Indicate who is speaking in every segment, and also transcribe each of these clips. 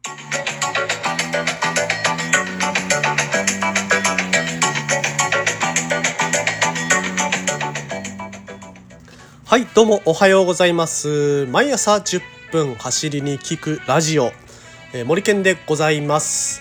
Speaker 1: はい、どうもおはようございます。毎朝10分走りに聞くラジオ、森健でございます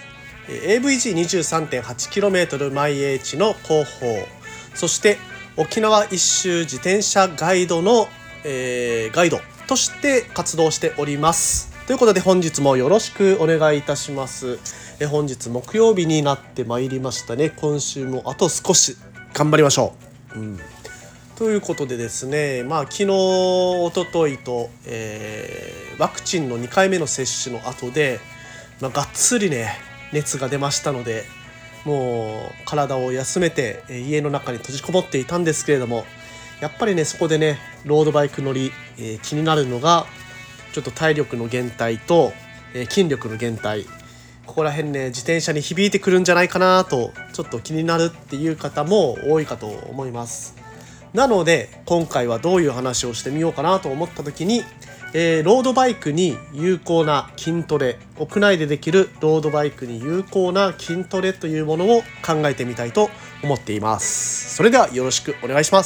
Speaker 1: 。AVG23.8km 毎英知の広報、そして沖縄一周自転車ガイドの、ガイドとして活動しております。ということで本日もよろしくお願いいたします。本日木曜日になってまいりましたね。今週もあと少し頑張りましょう。ということでですね、昨日一昨日と、ワクチンの2回目の接種の後で、がっつりね熱が出ましたので、もう体を休めて、家の中に閉じこもっていたんですけれども、やっぱりねそこでねロードバイク乗り、気になるのがちょっと体力の減退と、筋力の減退、ここら辺ね自転車に響いてくるんじゃないかなとちょっと気になるっていう方も多いかと思います。なので今回はどういう話をしてみようかなと思った時に、ロードバイクに有効な筋トレ、屋内でできるロードバイクに有効な筋トレというものを考えてみたいと思っています。それではよろしくお願いします。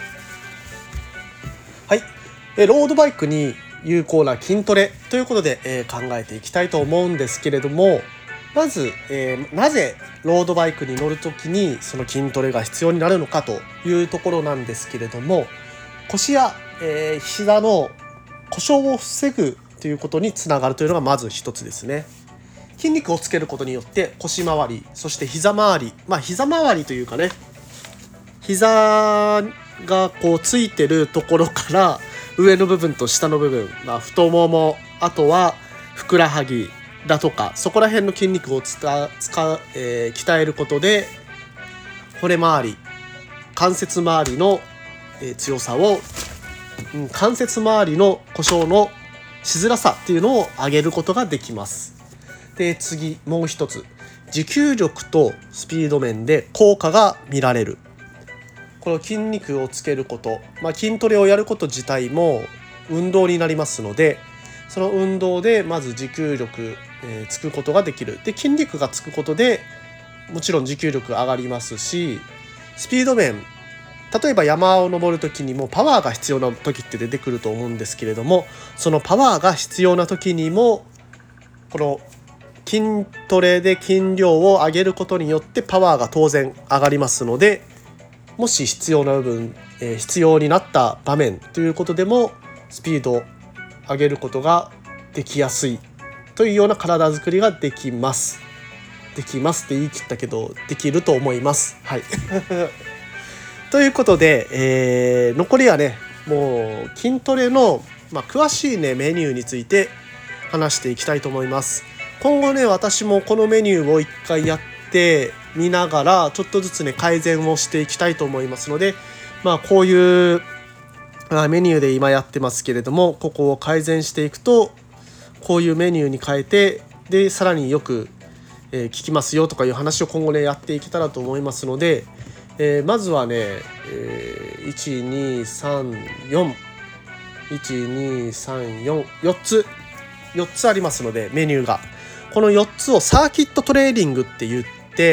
Speaker 1: はい、ロードバイクに有効な筋トレということで、考えていきたいと思うんですけれども、まず、なぜロードバイクに乗るときにその筋トレが必要になるのかというところなんですけれども、腰や、膝の故障を防ぐということにつながるというのがまず一つですね。筋肉をつけることによって腰回り、そして膝回り、膝回りというかね、膝がこうついてるところから上の部分と下の部分、太もも、あとはふくらはぎだとか、そこら辺の筋肉を鍛えることで骨周り、関節周りの、強さを、関節周りの故障のしづらさっていうのを上げることができます。で、次もう一つ、持久力とスピード面で効果が見られる。この筋肉をつけること、筋トレをやること自体も運動になりますので、その運動でまず持久力、つくことができる。で、筋肉がつくことでもちろん持久力上がりますし、スピード面、例えば山を登る時にもパワーが必要な時って出てくると思うんですけれども、そのパワーが必要な時にもこの筋トレで筋量を上げることによってパワーが当然上がりますので、もし必要な部分、必要になった場面ということでもスピードを上げることができやすいというような体作りができます。できますって言い切ったけど、できると思います。はいということで、残りはねもう筋トレの、詳しいねメニューについて話していきたいと思います。今後ね私もこのメニューを一回やってみながらちょっとずつね改善をしていきたいと思いますので、こういうメニューで今やってますけれども、ここを改善していくとこういうメニューに変えて、でさらによく、聞きますよとかいう話を今後ねやっていけたらと思いますので、まずはね、4つありますので、メニューがこの4つをサーキットトレーニングって言って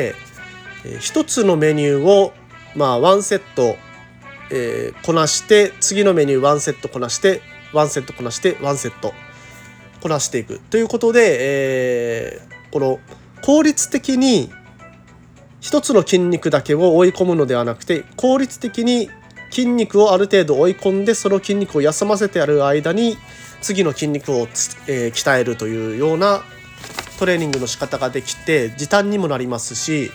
Speaker 1: 、1つのメニューを1セット、こなして、次のメニュー1セットこなして、1セットこなして、1セットこなしていくということで、この効率的に一つの筋肉だけを追い込むのではなくて、効率的に筋肉をある程度追い込んで、その筋肉を休ませてやる間に次の筋肉を、鍛えるというようなトレーニングの仕方ができて、時短にもなりますし、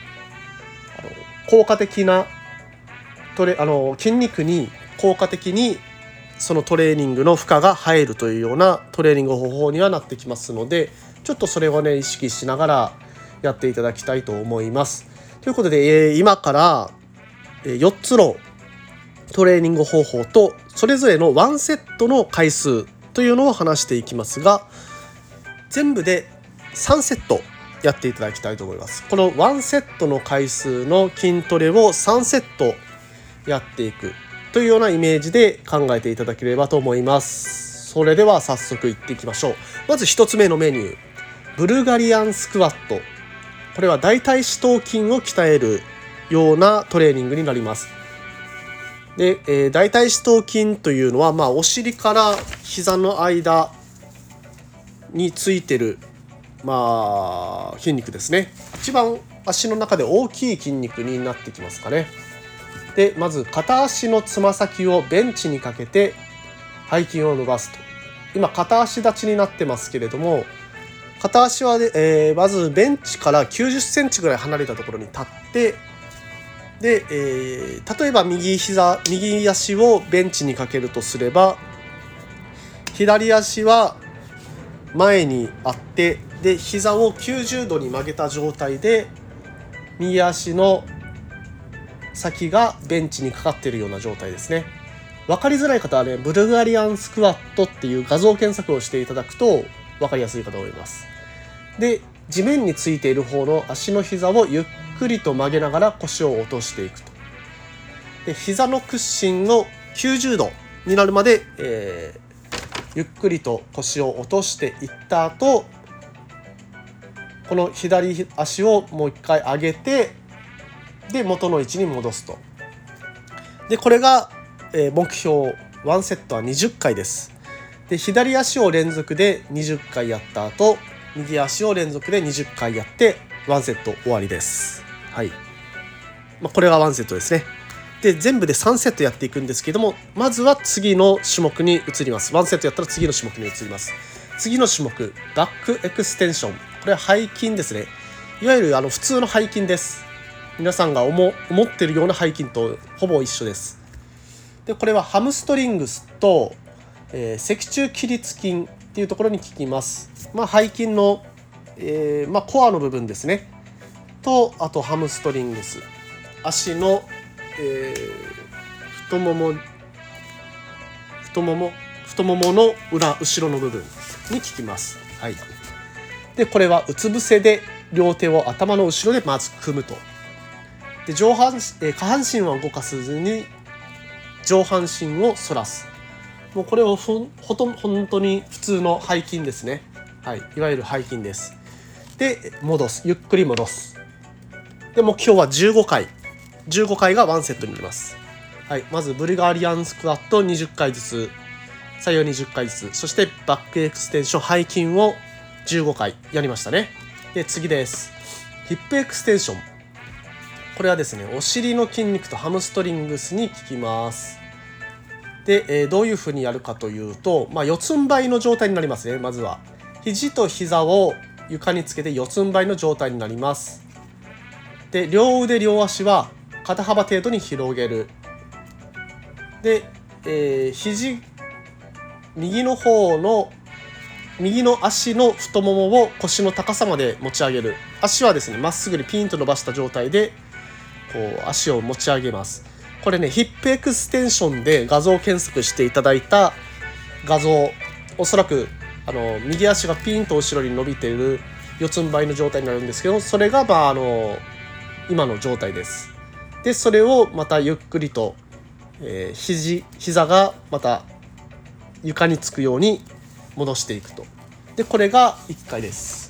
Speaker 1: 効果的な筋肉に効果的にそのトレーニングの負荷が入るというようなトレーニング方法にはなってきますので、ちょっとそれをね意識しながらやっていただきたいと思います。ということで、今から4つのトレーニング方法とそれぞれの1セットの回数というのを話していきますが、全部で3セットやっていただきたいと思います。この1セットの回数の筋トレを3セットやっていくというようなイメージで考えていただければと思います。それでは早速いっていきましょう。まず1つ目のメニュー、 ブルガリアンスクワット。これは大腿四頭筋を鍛えるようなトレーニングになります。で、大腿四頭筋というのは、お尻から膝の間についてる、筋肉ですね。一番足の中で大きい筋肉になってきますかね。で、まず片足のつま先をベンチにかけて背筋を伸ばすと。今片足立ちになってますけれども、片足は、まずベンチから90センチぐらい離れたところに立って、で、例えば右足をベンチにかけるとすれば、左足は前にあって、で膝を90度に曲げた状態で右足の先がベンチにかかっているような状態ですね。分かりづらい方はね、ブルガリアンスクワットっていう画像検索をしていただくと分かりやすいかと思います。で、地面についている方の足の膝をゆっくりと曲げながら腰を落としていくと。で、膝の屈伸を90度になるまで、ゆっくりと腰を落としていった後、この左足をもう一回上げて、で元の位置に戻すと。でこれが目標1セットは20回です。で左足を連続で20回やった後、右足を連続で20回やって1セット終わりです。はい。これが1セットですね。で全部で3セットやっていくんですけども、まずは次の種目に移ります。1セットやったら次の種目に移ります。次の種目、バックエクステンション。これは背筋ですね。いわゆる普通の背筋です。皆さんが思っているような背筋とほぼ一緒です。でこれはハムストリングスと、脊柱起立筋っていうところに効きます。背筋の、コアの部分ですね。とあとハムストリングス、足の、太ももの後ろの部分に効きます。はい。でこれはうつ伏せで両手を頭の後ろでまず組むと。で下半身は動かさずに上半身を反らす。もうこれを本当に普通の背筋ですね。はい、いわゆる背筋です。で戻す、ゆっくり戻す。で目標は15回が1セットになります。はい、まずブルガリアンスクワット20回ずつ、左右20回ずつ、そしてバックエクステンション背筋を15回やりましたね。で次です。ヒップエクステンション。これはですね、お尻の筋肉とハムストリングスに効きます。で、どういうふうにやるかというと、四つん這いの状態になりますね。まずは肘と膝を床につけて四つん這いの状態になります。で両腕両足は肩幅程度に広げる。で、右の足の太ももを腰の高さまで持ち上げる。足はですね、まっすぐにピンと伸ばした状態でこう足を持ち上げます。これね、ヒップエクステンションで画像検索していただいた画像、おそらく右足がピンと後ろに伸びている四つん這いの状態になるんですけど、それが今の状態です。でそれをまたゆっくりと、膝がまた床につくように戻していくと。でこれが1回です。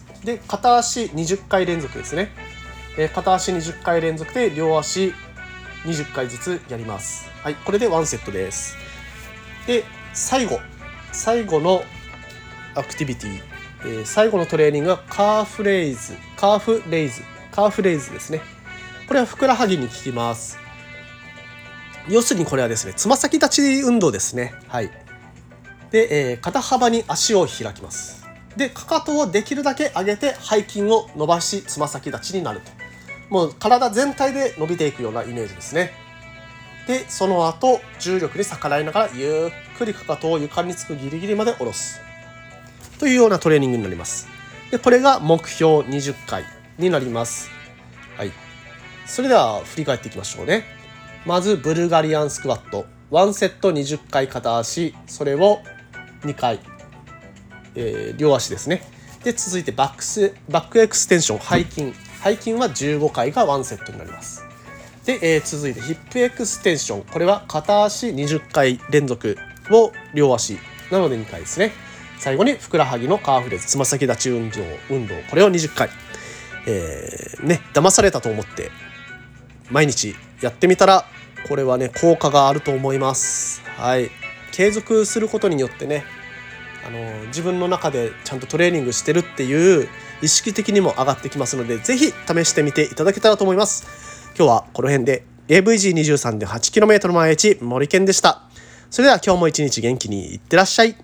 Speaker 1: で片足20回連続ですね。片足20回連続で両足20回ずつやります。はい、これで1セットです。で最後のアクティビティ、最後のトレーニングはカーフレイズですね。これはふくらはぎに効きます。要するにこれはですね、つま先立ち運動ですね。はい。で、肩幅に足を開きます。でかかとをできるだけ上げて背筋を伸ばし、つま先立ちになると。もう体全体で伸びていくようなイメージですね。でその後重力に逆らいながらゆっくりかかとを床につくギリギリまで下ろすというようなトレーニングになります。でこれが目標20回になります。はい。それでは振り返っていきましょうね。まずブルガリアンスクワット1セット20回片足、それを2回、両足ですね。で続いてバックエクステンション背筋は15回が1セットになります。で、続いてヒップエクステンション、これは片足20回連続を両足なので2回ですね。 最後にふくらはぎのカーフレーズ、つま先立ち運動、これを20回、騙されたと思って毎日やってみたら、これはね効果があると思います。はい、継続することによってね、自分の中でちゃんとトレーニングしてるっていう意識的にも上がってきますので、ぜひ試してみていただけたらと思います。今日はこの辺で AVG23 で 8km 毎日森健でした。それでは今日も一日元気にいってらっしゃい。